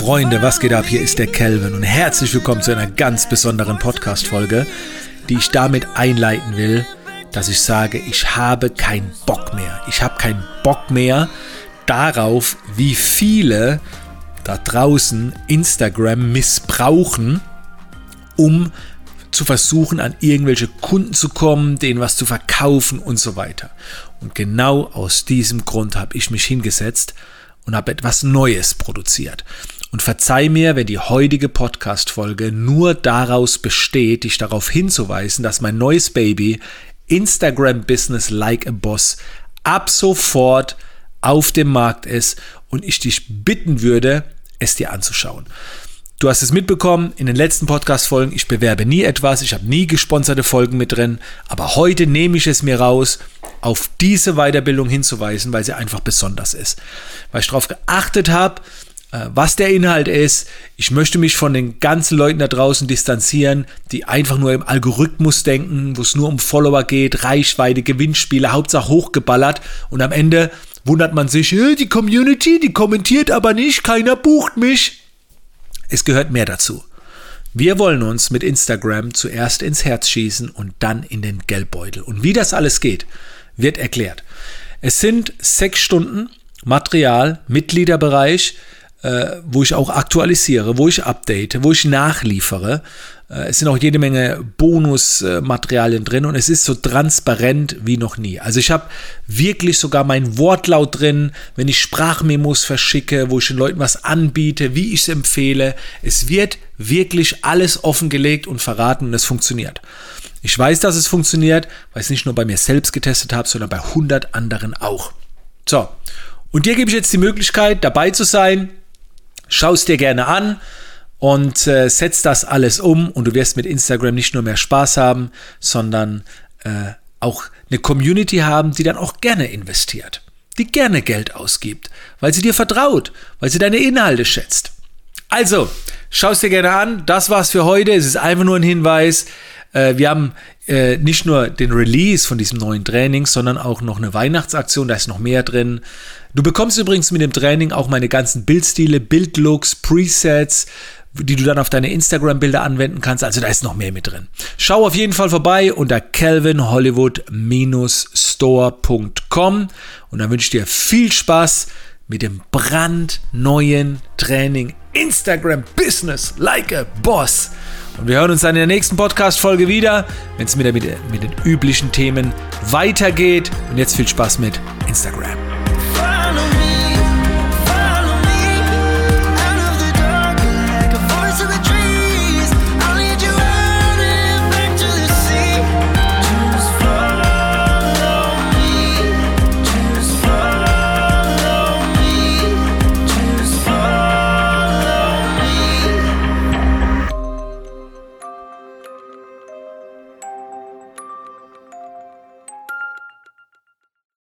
Freunde, was geht ab? Hier ist der Kelvin und herzlich willkommen zu einer ganz besonderen Podcast-Folge, die ich damit einleiten will, dass ich sage, ich habe keinen Bock mehr. Ich habe keinen Bock mehr darauf, wie viele da draußen Instagram missbrauchen, um zu versuchen, an irgendwelche Kunden zu kommen, denen was zu verkaufen und so weiter. Und genau aus diesem Grund habe ich mich hingesetzt und habe etwas Neues produziert. Und verzeih mir, wenn die heutige Podcast-Folge nur daraus besteht, dich darauf hinzuweisen, dass mein neues Baby Instagram Business Like a Boss ab sofort auf dem Markt ist und ich dich bitten würde, es dir anzuschauen. Du hast es mitbekommen in den letzten Podcast-Folgen, ich bewerbe nie etwas, ich habe nie gesponserte Folgen mit drin, aber heute nehme ich es mir raus, auf diese Weiterbildung hinzuweisen, weil sie einfach besonders ist. Weil ich darauf geachtet habe, was der Inhalt ist. Ich möchte mich von den ganzen Leuten da draußen distanzieren, die einfach nur im Algorithmus denken, wo es nur um Follower geht, Reichweite, Gewinnspiele, Hauptsache hochgeballert und am Ende wundert man sich, die Community, die kommentiert aber nicht, keiner bucht mich. Es gehört mehr dazu. Wir wollen uns mit Instagram zuerst ins Herz schießen und dann in den Geldbeutel. Und wie das alles geht, wird erklärt. Es sind 6 Stunden Material, Mitgliederbereich, wo ich auch aktualisiere, wo ich update, wo ich nachliefere. Es sind auch jede Menge Bonusmaterialien drin und es ist so transparent wie noch nie. Also ich habe wirklich sogar meinen Wortlaut drin, wenn ich Sprachmemos verschicke, wo ich den Leuten was anbiete, wie ich es empfehle. Es wird wirklich alles offengelegt und verraten und es funktioniert. Ich weiß, dass es funktioniert, weil ich es nicht nur bei mir selbst getestet habe, sondern bei 100 anderen auch. So, und dir gebe ich jetzt die Möglichkeit, dabei zu sein. Schau es dir gerne an und setz das alles um und du wirst mit Instagram nicht nur mehr Spaß haben, sondern auch eine Community haben, die dann auch gerne investiert, die gerne Geld ausgibt, weil sie dir vertraut, weil sie deine Inhalte schätzt. Also, schau es dir gerne an, das war's für heute, es ist einfach nur ein Hinweis. Wir haben nicht nur den Release von diesem neuen Training, sondern auch noch eine Weihnachtsaktion, da ist noch mehr drin. Du bekommst übrigens mit dem Training auch meine ganzen Bildstile, Bildlooks, Presets, die du dann auf deine Instagram-Bilder anwenden kannst. Also da ist noch mehr mit drin. Schau auf jeden Fall vorbei unter kelvinhollywood-store.com und dann wünsche ich dir viel Spaß mit dem brandneuen Training Instagram Business Like a Boss. Und wir hören uns dann in der nächsten Podcast-Folge wieder, wenn es wieder mit den üblichen Themen weitergeht. Und jetzt viel Spaß mit Instagram.